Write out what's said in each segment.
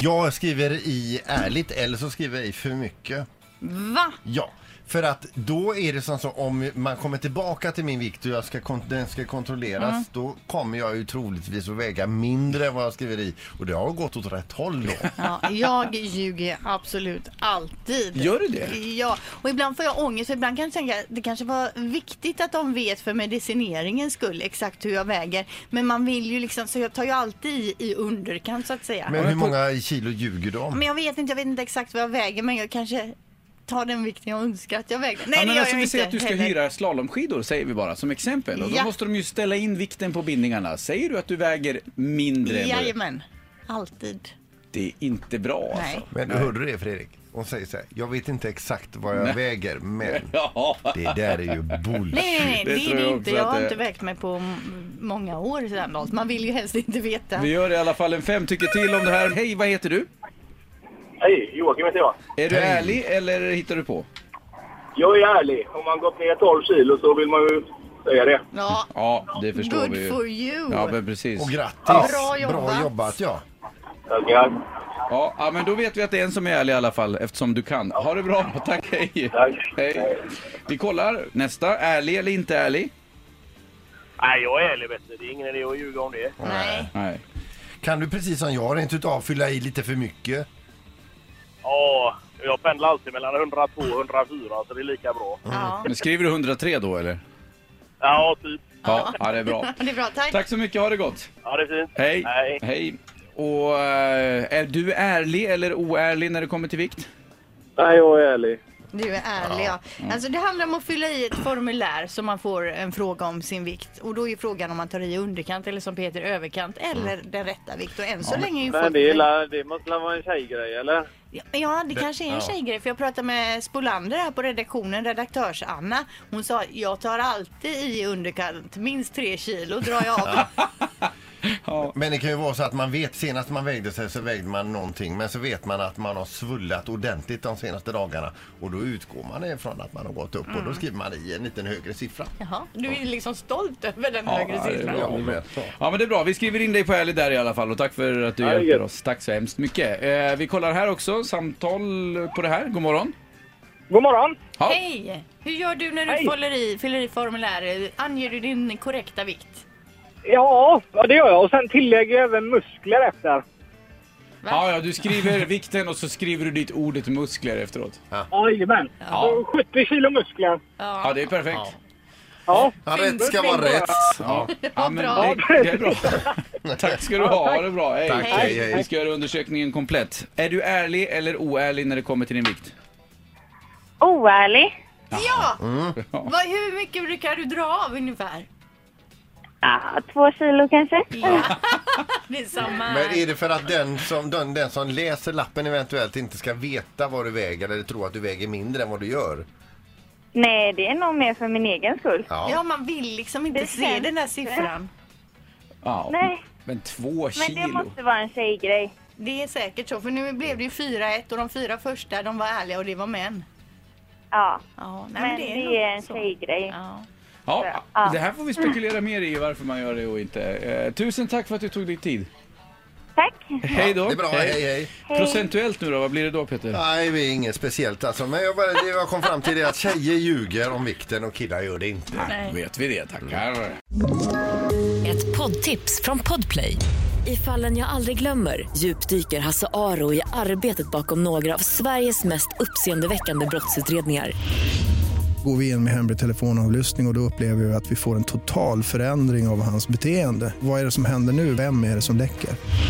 Jag skriver i ärligt eller så skriver jag i för mycket. Va? Ja, för att då är det som så om man kommer tillbaka till min vikt och den ska kontrolleras, då kommer jag ju troligtvis att väga mindre än vad jag skriver i. Och det har gått åt rätt håll då. Ja, jag ljuger absolut alltid. Gör du det? Ja, och ibland får jag ångest. Och ibland kan jag tänka att det kanske var viktigt att de vet för medicineringens skull exakt hur jag väger. Men man vill ju liksom, så jag tar ju alltid i underkant så att säga. Men hur många kilo ljuger du om? Men jag vet inte exakt vad jag väger, men jag kanske tar den vikten jag önskar att jag väger. Nej, Ja, men det gör alltså, jag vi inte säger att du ska heller. hyra slalomskidor, säger vi bara som exempel. Och då Ja. måste de ju ställa in vikten på bindningarna. Säger du att du väger mindre än vad du... Jajamän, alltid. Det är inte bra Nej. alltså. Men hörde du det, Fredrik? Hon säger så här: jag vet inte exakt vad jag väger, men Ja. det där är ju bullshit. Nej, det tror är det jag inte. också Jag att har det- inte vägt mig på många år sedan. Man vill ju helst inte veta. Vi gör i alla fall en 5 tycker till om det här. Hej, vad heter du? Hej, Joakim heter jag. Är du Hej. ärlig eller hittar du på? Jag är ärlig. Om man gått ner 12 kilo så vill man ju säga det. Ja, Ja, det förstår good vi ju. for you. Ja, men precis. Och grattis, Bra jobbat. ja. Tackar. Ja, men då vet vi att det är en som är ärlig i alla fall, eftersom du kan. Ha det bra, tack, hej. Tack. Hej. Vi kollar nästa, ärlig eller inte ärlig? Nej, jag är ärlig, vet du. Det är ingen idé att ljuga om det. Nej. Nej. Kan du precis som jag rent utav fylla i lite för mycket? Ja, jag pendlar alltid mellan 102 och 104, så det är lika bra. Ja. Men skriver du 103 då, eller? Ja, typ. Ja, det är bra. Det är bra, tack. Tack så mycket, ha det gott. Ja, det är fint. Hej. Hej. Hej. Och är du ärlig eller oärlig när det kommer till vikt? Nej, jag är ärlig. Du är ärlig, ja. Alltså det handlar om att fylla i ett formulär så man får en fråga om sin vikt. Och då är frågan om man tar i underkant eller som Peter överkant eller den rätta vikt. Och än så länge är ju folk... det måste vara en tjejgrej, eller? Ja, det kanske är en tjejgrej. För jag pratade med Spolander här på redaktionen, redaktörs-Anna. Hon sa, jag tar alltid i underkant, minst 3 kilo drar jag av. Men det kan ju vara så att man vet, senast man vägde sig så vägde man någonting, men så vet man att man har svullat ordentligt de senaste dagarna och då utgår man ifrån att man har gått upp och då skriver man i en liten högre siffra. Jaha, du är liksom stolt över den Ja, högre det är siffran. bra. Ja, Ja, men det är bra. Vi skriver in dig på ärlig där i alla fall och tack för att du Ja, det är hjälper gött. oss. Tack så hemskt mycket. Vi kollar här också, samtal på det här. God morgon. God morgon. Ja. Hej! Hur gör du när du fyller i formulär? Anger du din korrekta vikt? Ja, det gör jag. Och sen tillägger jag även muskler efter. Ja, du skriver vikten och så skriver du ditt ordet muskler efteråt. Jajamän. Ja. 70 kilo muskler. Ja, det är perfekt. Ja. Ja, rätt ska vara rätt. Ja, men bra. det är bra. Tack ska du ha det bra. Hej. Tack, hej, hej. Vi ska göra undersökningen komplett. Är du ärlig eller oärlig när det kommer till din vikt? Oärlig. Ja! Hur mycket brukar du dra av ungefär? Ja, 2 kilo kanske. Ja, det är samma. Men är det för att den som läser lappen eventuellt inte ska veta vad du väger eller tror att du väger mindre än vad du gör? Nej, det är nog mer för min egen skull. Ja, man vill liksom inte Det se känns den där det. siffran. Ja. Nej, Men 2 kilo. men det måste vara en tjejgrej. Det är säkert så, för nu blev det ju 4-1 och de 4 första, de var ärliga och det var män. Ja, Ja, men det är en så. tjejgrej. Ja. Ja, det här får vi spekulera mer i varför man gör det och inte. Tusen tack för att du tog dig tid. Tack. Hej då. Det är bra, hej. Procentuellt nu då, vad blir det då Peter? Nej, det är inget speciellt alltså. Men jag kom fram till det att tjejer ljuger om vikten och killar gör det inte. Nej, vet vi det, tackar. Ett poddtips från Podplay. I Fallen jag aldrig glömmer djupdyker Hasse Aro i arbetet bakom några av Sveriges mest uppseendeväckande brottsutredningar. Går vi in med hemlig telefonavlyssning och då upplever vi att vi får en total förändring av hans beteende. Vad är det som händer nu? Vem är det som läcker?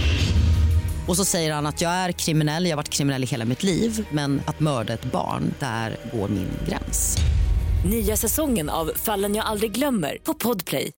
Och så säger han att jag är kriminell, jag har varit kriminell i hela mitt liv. Men att mörda ett barn, där går min gräns. Nya säsongen av Fallen jag aldrig glömmer på Podplay.